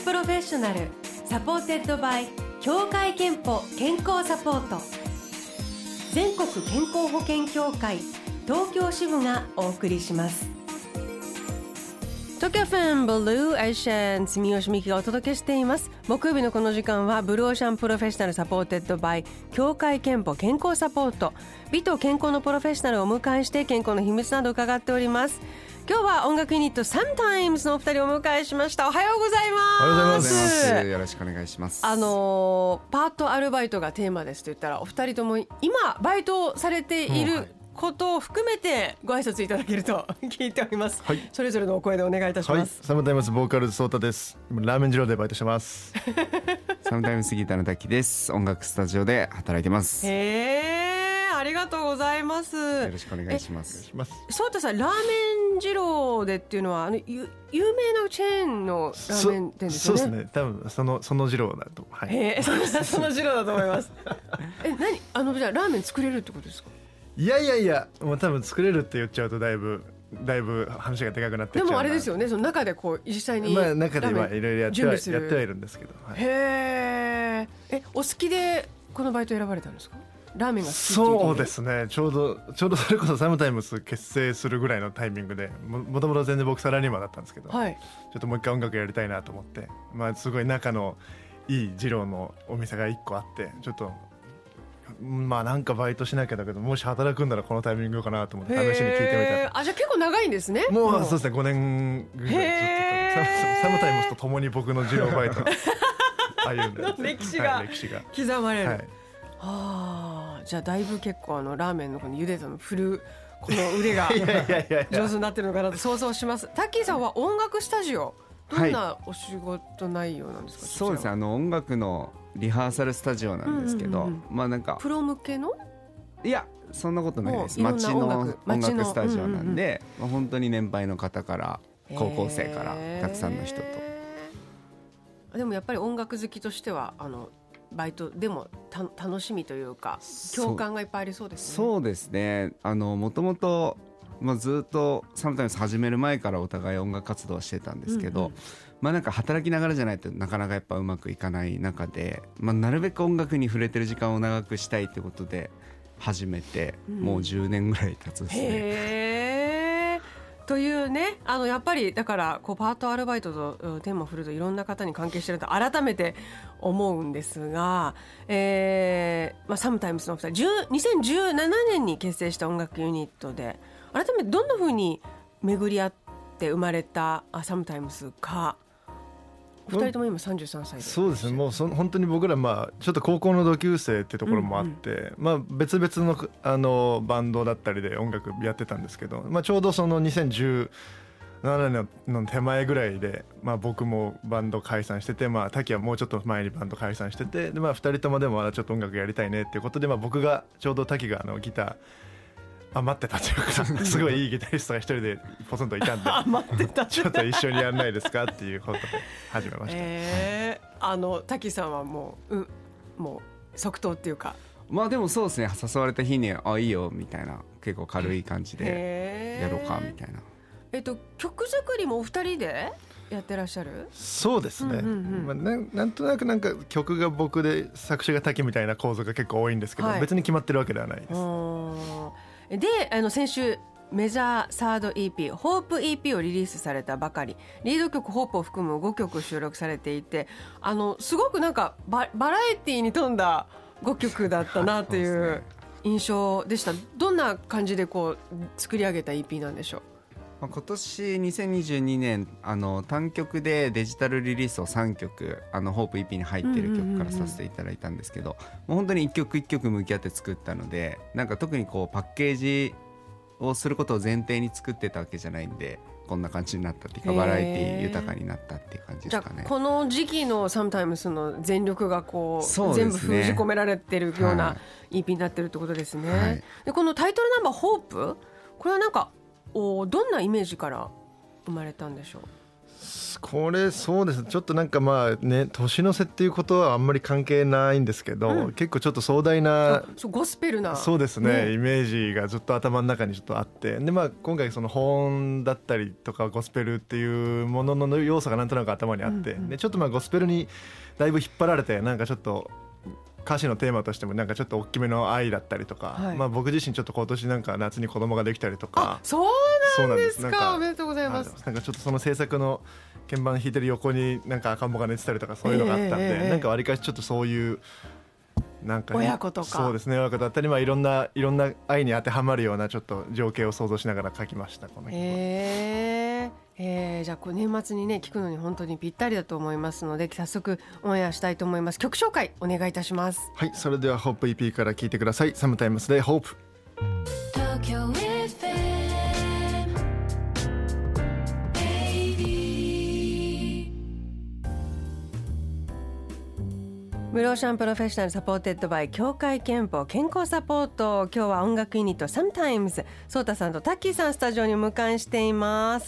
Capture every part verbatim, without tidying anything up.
プロフェッショナルサポーテッドバイ協会憲法健康サポート、全国健康保険協会東京支部がお送りします。東京フェンブルーアイシャン住吉美希がお届けしています。木曜日のこの時間はブルーオーシャンプロフェッショナルサポーテッドバイ協会憲法健康サポート、美と健康のプロフェッショナルをお迎えして健康の秘密など伺っております。今日は音楽ユニット Sometimes のお二人をお迎えしました。おはようございます。 おはようございます。よろしくお願いします。 あのー、パートアルバイトがテーマですと言ったら、お二人とも今バイトされていることを含めてご挨拶いただけると聞いております、はい、それぞれのお声でお願いいたします。 はい、サムタイムスボーカルズソータです。ラーメン二郎でバイトしてます。 サムタイムスギターの滝です。音楽スタジオで働いてます。 へー、ありがとうございます。 よろしくお願いします。 ソータさん、ラーメン二郎でっていうのはあの有名なチェーンのラーメン店ですよね。 そ、そうですね、多分そのその二郎だと、はい、 へーその二郎だと思いますえ、何あのじゃあラーメン作れるってことですか？ いやいやいや、もう多分作れるって言っちゃうとだいぶだいぶ話がでかくなってっちゃう。 でもあれですよね、その中でこう実際にまあ中で今いろいろやってはやってはいるんですけど、はい、 へー、え、お好きでこのバイト選ばれたんですか？ラーメンが好きっていう。 そうですね、ちょうどちょうどそれこそサムタイムス結成するぐらいのタイミングで、 も, もともと全然僕サラリーマンだったんですけど、はい、ちょっともう一回音楽やりたいなと思って、まあ、すごい仲のいい二郎のお店が一個あって、ちょっとまあなんかバイトしなきゃだけど、もし働くんならこのタイミングかなと思って試しに聞いてみた。 あ、じゃあ結構長いんですね。 もうそうですね、ごねんぐらいずっとサムタイムスと共に僕の二郎バイト歩んでる歴史が、はい、歴史が刻まれる、はい、はあ、じゃあだいぶ結構あのラーメンのこの茹でたの振るこの腕が上手になってるのかなと想像します。タッキーさんは音楽スタジオ、どんなお仕事内容なんですか？はい、 そうですね、あの音楽のリハーサルスタジオなんですけど、うんうんうん、まあなんかプロ向けの、 いやそんなことないです。街の音楽スタジオなんで、うんうんうん、まあ、本当に年配の方から高校生からたくさんの人と。 でもやっぱり音楽好きとしてはあのバイトでもた楽しみというか共感がいっぱいありそうですね。 そうですね、あのもともとまあ、ずっとサムタイムス始める前からお互い音楽活動はしてたんですけど、うんうん、まあなんか働きながらじゃないとなかなかやっぱうまくいかない中で、まあ、なるべく音楽に触れてる時間を長くしたいってことで始めて、うん、もうじゅうねんぐらい経つですね。 へー、というね、あのやっぱりだからこうパートアルバイトとテーマを振るといろんな方に関係してると改めて思うんですが、えーまあ、サムタイムスのお二人にせんじゅうななねんに結成した音楽ユニットで、改めてどんな風に巡り合って生まれたサムタイムスか。ふたりとも今さんじゅうさんさいで。 そうですね、もうそ本当に僕ら、まあ、ちょっと高校の同級生ってところもあって、うんうん、まあ、別々 の, あのバンドだったりで音楽やってたんですけど、まあ、ちょうどそのにせんじゅうななねん の, の手前ぐらいで、まあ、僕もバンド解散してて、まあ、滝はもうちょっと前にバンド解散してて、で、まあ、ふたりともでもまだちょっと音楽やりたいねっていうことで、まあ、僕がちょうど滝があのギター余ってたというか、すごいいいギタリストが一人でポツンといたんで余ってたちょっと一緒にやらないですかっていうことで始めました。 えー、あの滝さんはもう、うん、もう即答っていうか、 まあでもそうですね、誘われた日にあいいよみたいな、結構軽い感じでやろうかみたいな。 えっと、曲作りもお二人でやってらっしゃる？ そうですね、うんうんうん、まあ、な, なんとなくなんか曲が僕で作詞が滝みたいな構造が結構多いんですけど、はい、別に決まってるわけではないです。 で、あの先週メジャーサード イーピー ホープ イーピー をリリースされたばかり、リード曲ホープを含むごきょく収録されていて、あのすごくなんか バ, バラエティに富んだごきょくだったなという印象でした。どんな感じでこう作り上げた イーピー なんでしょう？ 今年にせんにじゅうにねんあの単曲でデジタルリリースをさんきょくあのホープ イーピー に入っている曲からさせていただいたんですけど、もう本当に一曲一曲向き合って作ったので、なんか特にこうパッケージをすることを前提に作ってたわけじゃないんで、こんな感じになったっていうか、バラエティ豊かになったっていう感じですかね。 じゃあこの時期のサムタイムスの全力がこう、う、ね、全部封じ込められてるような イーピー になってるってことですね、はい、でこのタイトルナンバーホープ、これはなんかおどんなイメージから生まれたんでしょう？ これそうですちょっとなんかまあね年の瀬っていうことはあんまり関係ないんですけど、うん、結構ちょっと壮大なそうゴスペルなそうですね、 ねイメージがずっと頭の中にちょっとあってで、まあ、今回その保音だったりとかゴスペルっていうものの要素がなんとなく頭にあって、うんうん、でちょっとまあゴスペルにだいぶ引っ張られてなんかちょっと歌詞のテーマとしてもなんかちょっと大きめの愛だったりとか、はいまあ、僕自身ちょっと今年なんか夏に子供ができたりとかあそうなんですか、かおめでとうございます。 なんかちょっとその制作の鍵盤弾いてる横になんか赤ん坊が寝てたりとかそういうのがあったんで、えーえー、なんかわりかしちょっとそういうなんか、ね、 親子とかそうですね親子だったり、まあ、いろんないろんな愛に当てはまるようなちょっと情景を想像しながら書きましたこの曲は。 えーえー、じゃあこう年末にね聞くのに本当にぴったりだと思いますので早速オンエアしたいと思います。曲紹介お願いいたします。 はいそれではホープ イーピー から聴いてください。サムタイムスでホープ。 ブローシャンプロフェッショナルサポーテッドバイ協会憲法健康サポート。今日は音楽ユニット Sometimes ソータさんとタッキーさんスタジオにお迎えしています。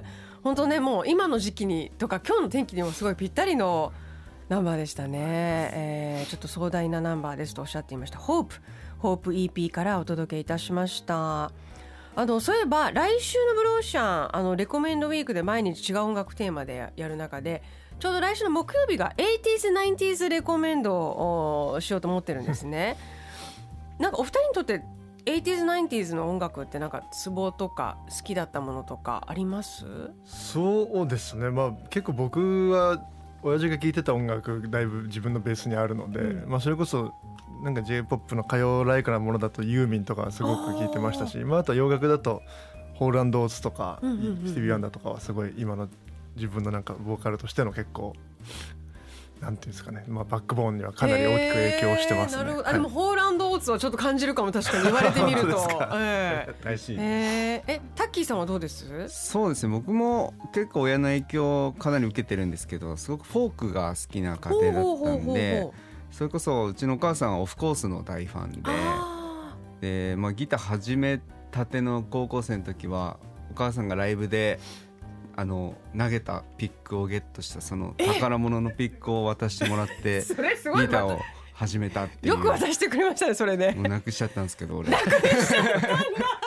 本当ねもう今の時期にとか今日の天気にもすごいぴったりのナンバーでしたね、えー、ちょっと壮大なナンバーですとおっしゃっていました。 Hope Hope イーピー からお届けいたしました。あのそういえば来週のブローシャンあのレコメンドウィークで毎日違う音楽テーマでやる中でちょうど来週の木曜日が エイティーズ、ナインティーズ レコメンドをしようと思ってるんですねなんかお二人にとってエイティーズ、ナインティーズ の音楽ってなんかツボとか好きだったものとかあります？ そうですね、まあ、結構僕は親父が聴いてた音楽だいぶ自分のベースにあるので、うんまあ、それこそなんか J-ポップ の歌謡ライクなものだとユーミンとかすごく聴いてましたし あ,、まあ、あと洋楽だとホール&オーツとか、うんうんうん、スティービー・ワンダーとかはすごい今の自分のなんかボーカルとしての結構なんていうんですかね、まあ、バックボーンにはかなり大きく影響してますね。 なるほど、はい、あでもホール&オーツはちょっと感じるかも確かに言われてみるとえー、嬉しい、 えー、えタッキーさんはどうです？ そうですね僕も結構親の影響をかなり受けてるんですけどすごくフォークが好きな家庭だったんでそれこそうちのお母さんはオフコースの大ファンでで、まあ、ギター始めたての高校生の時はお母さんがライブであの投げたピックをゲットしたその宝物のピックを渡してもらってギターを始めたっていう。 よく渡してくれましたねそれで。 もうなくしちゃったんですけど俺。 なくしちゃったんだ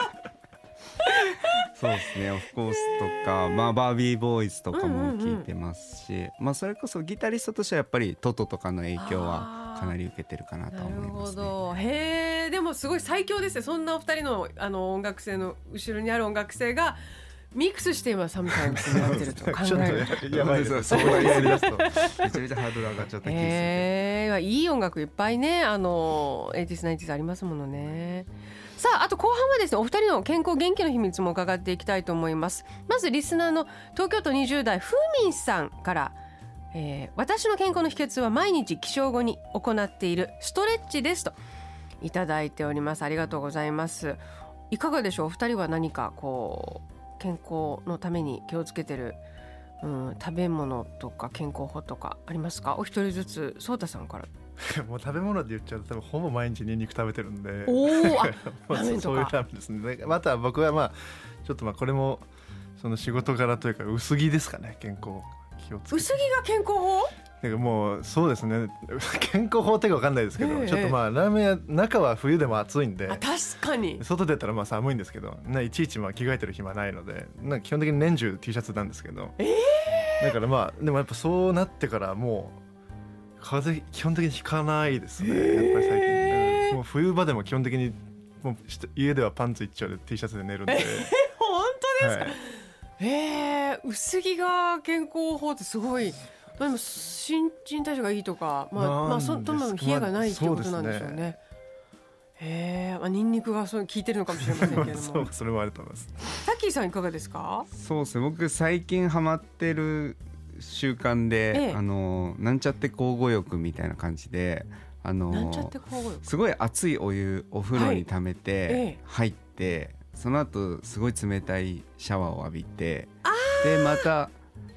そうですねオフコースとか、まあ、バービーボーイズとかも聴いてますし、うんうんうんまあ、それこそギタリストとしてはやっぱりトトとかの影響はかなり受けてるかなと思いますね。 なるほどへーでもすごい最強ですね。そんなお二人の、あの音楽性の後ろにある音楽性がミックスして今サムタイムスになってると考えるやばいですそうやりだすとめちゃめちゃハードル上がっちゃった気がする、 えー、いい音楽いっぱいねあのエイティーズ、ナインティーズありますものね。さああと後半はですねお二人の健康元気の秘密も伺っていきたいと思います。まずリスナーの東京都にじゅう代ふうみんさんから、えー、私の健康の秘訣は毎日起床後に行っているストレッチですといただいております。ありがとうございます。いかがでしょうお二人は何かこう健康のために気をつけてる、うん、食べ物とか健康法とかありますか？お一人ずつソータさんからもう食べ物で言っちゃうと多分ほぼ毎日ニンニク食べてるんでおーあラーメンとかそういうラーメンですね。また僕はまあちょっとまあこれもその仕事柄というか薄着ですかね。健康気をつけて薄着が健康法なんかもうそうですね健康法ってか分かんないですけど、えー、ちょっとまあラーメン屋中は冬でも暑いんであ確かに外出たらまあ寒いんですけどいちいちまあ着替えてる暇ないのでなんか基本的に年中 T シャツなんですけど、 えー、 だからまあでもやっぱそうなってからもう風邪基本的にひかないですね、えー、やっぱり最近、ね、もう冬場でも基本的にもう家ではパンツ一丁で T シャツで寝るんで、えー、 本当ですか、はい、えー、薄着が健康法ってすごい。でも新陳代謝がいいとか、まあまあ、そとも冷えがないっていうことなんでしょうね。へえ、まあ、ニンニクがそう効いてるのかもしれませんけれどもそうそれもあると思います。 タッキーさんいかがですか？ そうですね僕最近ハマってる習慣で、ええ、あのなんちゃって交互浴みたいな感じであのなんちゃって交互浴すごい熱いお湯お風呂に溜めて入って、はいええ、その後すごい冷たいシャワーを浴びてでまた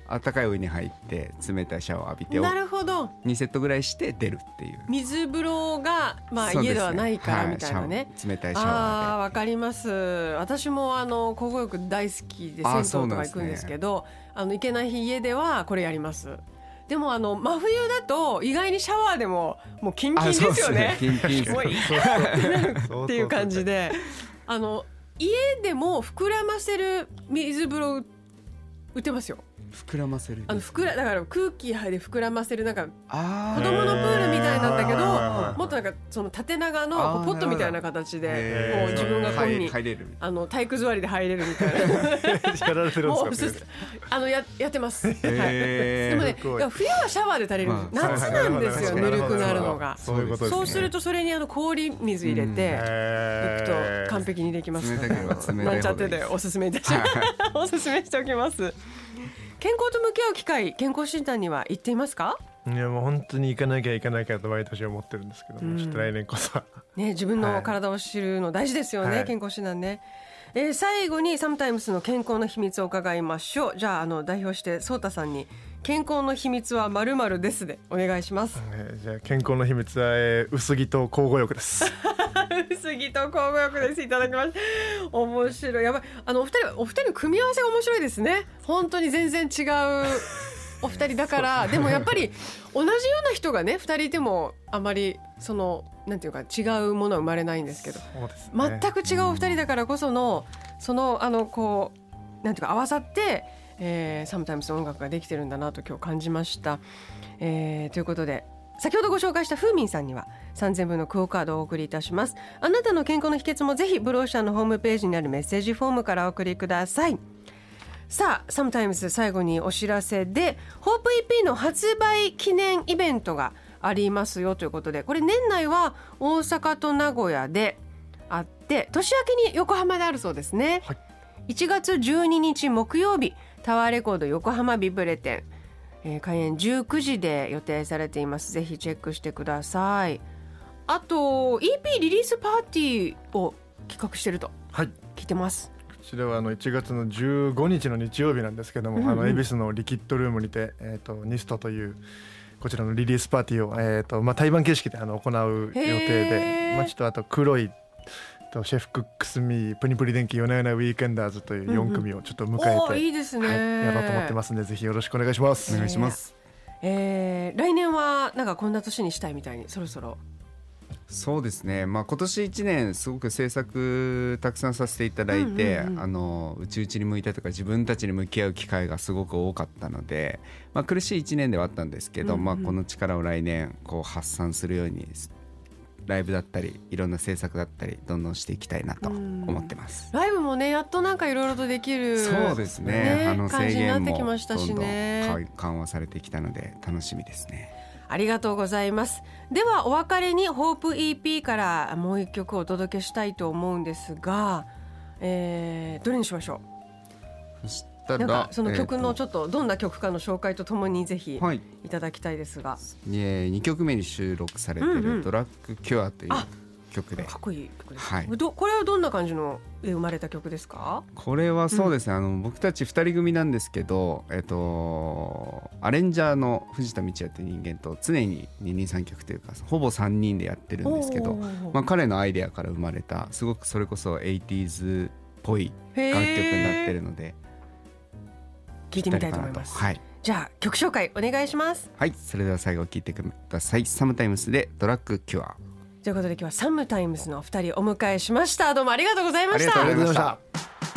温かいお湯に入って冷たいシャワーを浴びてなるほど。 にセットぐらいして出るっていう。 水風呂が、まあ、家ではないからみたいなね、 はい、冷たいシャワーで。 あーわかります。私もあの交互浴大好きで銭湯とか行くんですけど、ああの行けない日家ではこれやります。でもあの真冬だと意外にシャワーでももうキンキンですよね。 キンキンもういいっていう感じで、あの家でも膨らませる水風呂売ってますよ。 膨らませるあの膨らだから空気で膨らませるなんか子あ供のプールみたいなんだけど、 ーもっとなんかその縦長のあーこうポットみたいな形でへーこう自分がこうに入れるあの体育座りで入れるみたいなやられてるんもうですか。 あの や, やってます、はい、 へーでもねすごいいや冬はシャワーで垂れる、 まあ夏なんですよ、 はいぬるくなるのが。 そういうことですね。 そうするとそれにあの氷水入れてへいくーと完璧にできます。 冷たければ冷たいほどいいなんちゃってでおすすめいたしますおすすめしておきます。健康と向き合う機会、健康診断には行っていますか？ いやもう本当に行かなきゃ行かなきゃと毎年思ってるんですけども、 うんちょっと来年こそはね、自分の体を知るの大事ですよね、 はい健康診断ね。えー最後にサムタイムスの健康の秘密を伺いましょう。じゃあ、あの代表してソータさんに健康の秘密は〇〇ですでお願いします。 えーじゃあ健康の秘密は、えー薄着と交互浴です薄着と交互浴です。いただきました。面白い。やばい。あのお二人お二人の組み合わせが面白いですね。本当に全然違うお二人だからでもやっぱり同じような人がね二人いてもあまりそのなんていうか違うものは生まれないんですけど、 そうですね。 全く違うお二人だからこそのそのあのこうなんていうか合わさって、えー、サムタイムスの音楽ができてるんだなと今日感じました、えー、ということで先ほどご紹介したフーミンさんにはさんぜんぶんのクオカードをお送りいたします。あなたの健康の秘訣もぜひブローシャーのホームページにあるメッセージフォームからお送りください。さあサムタイムス最後にお知らせでホープ イーピー の発売記念イベントがありますよということで、これ年内は大阪と名古屋であって年明けに横浜であるそうですね、 はい、 いちがつじゅうににち木曜日タワーレコード横浜ビブレ店、えー、開演じゅうくじで予定されています。ぜひチェックしてください。あと イーピー リリースパーティーを企画してるとはい、 聞いてます。 こちらはあのいちがつのじゅうごにちの日曜日なんですけども、 うんうん、 あの恵比寿のリキッドルームにて、えー、とニストというこちらのリリースパーティーを、えーとまあ、対バン形式であの行う予定で、まあ、ちょっとあと黒いとシェフクックスミープニプリ電気夜な夜なウィーケンダーズというよん組をちょっと迎えて、 うんうん、おいいですね、 はい、やろうと思ってますのでぜひよろしくお願いします。 お願いします、 えー、来年はなんかこんな年にしたいみたいにそろそろ。 そうですね、まあ、今年いちねんすごく制作たくさんさせていただいて、うんうんうん、あの内々に向いたとか自分たちに向き合う機会がすごく多かったので、まあ、苦しいいちねんではあったんですけど、うんうんまあ、この力を来年こう発散するようにライブだったりいろんな制作だったりどんどんしていきたいなと思ってます。 ライブもねやっとなんかいろいろとできるそうです ね, ねあの制限もどんどん緩和されてきたので楽しみですね。 ありがとうございます。ではお別れにホープ イーピー からもう一曲お届けしたいと思うんですが、えー、どれにしましょう。 そしたらなんかその曲のちょっとどんな曲かの紹介とともにぜひはいいただきたいですが、 えー、にきょくめに収録されているドラッグキュアという曲で、 かっこいい曲です、 はい、 どこれはどんな感じの生まれた曲ですか？ これはそうですね、うん、あの僕たちふたり組なんですけど、えっと、アレンジャーの藤田道也という人間と常に二人三脚というかほぼさんにんでやってるんですけど、まあ、彼のアイデアから生まれたすごくそれこそエイティーズっぽい楽曲になってるので聞いてみたいと思います。 はい、 じゃあ曲紹介お願いします。 はい、それでは最後聴いてください。サムタイムスでドラッグキュアということで今日はサムタイムスのお二人お迎えしました。どうもありがとうございました。 ありがとうございました。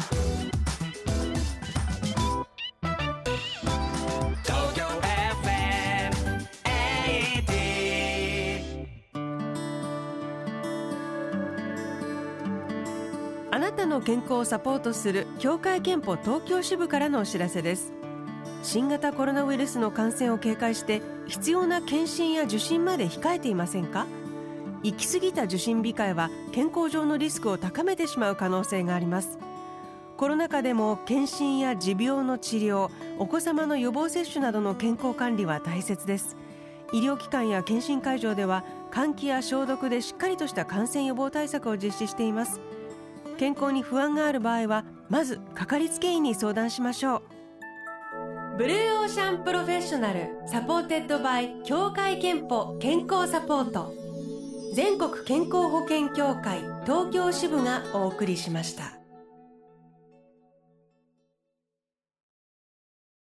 あなたの健康をサポートする協会憲法東京支部からのお知らせです。新型コロナウイルスの感染を警戒して必要な検診や受診まで控えていませんか？行き過ぎた受診控えは健康上のリスクを高めてしまう可能性があります。コロナ禍でも検診や持病の治療、お子様の予防接種などの健康管理は大切です。医療機関や検診会場では換気や消毒でしっかりとした感染予防対策を実施しています。健康に不安がある場合はまずかかりつけ医に相談しましょう。 ブルーオーシャンプロフェッショナルサポーテッドバイ協会憲法健康サポート、全国健康保険協会東京支部がお送りしました。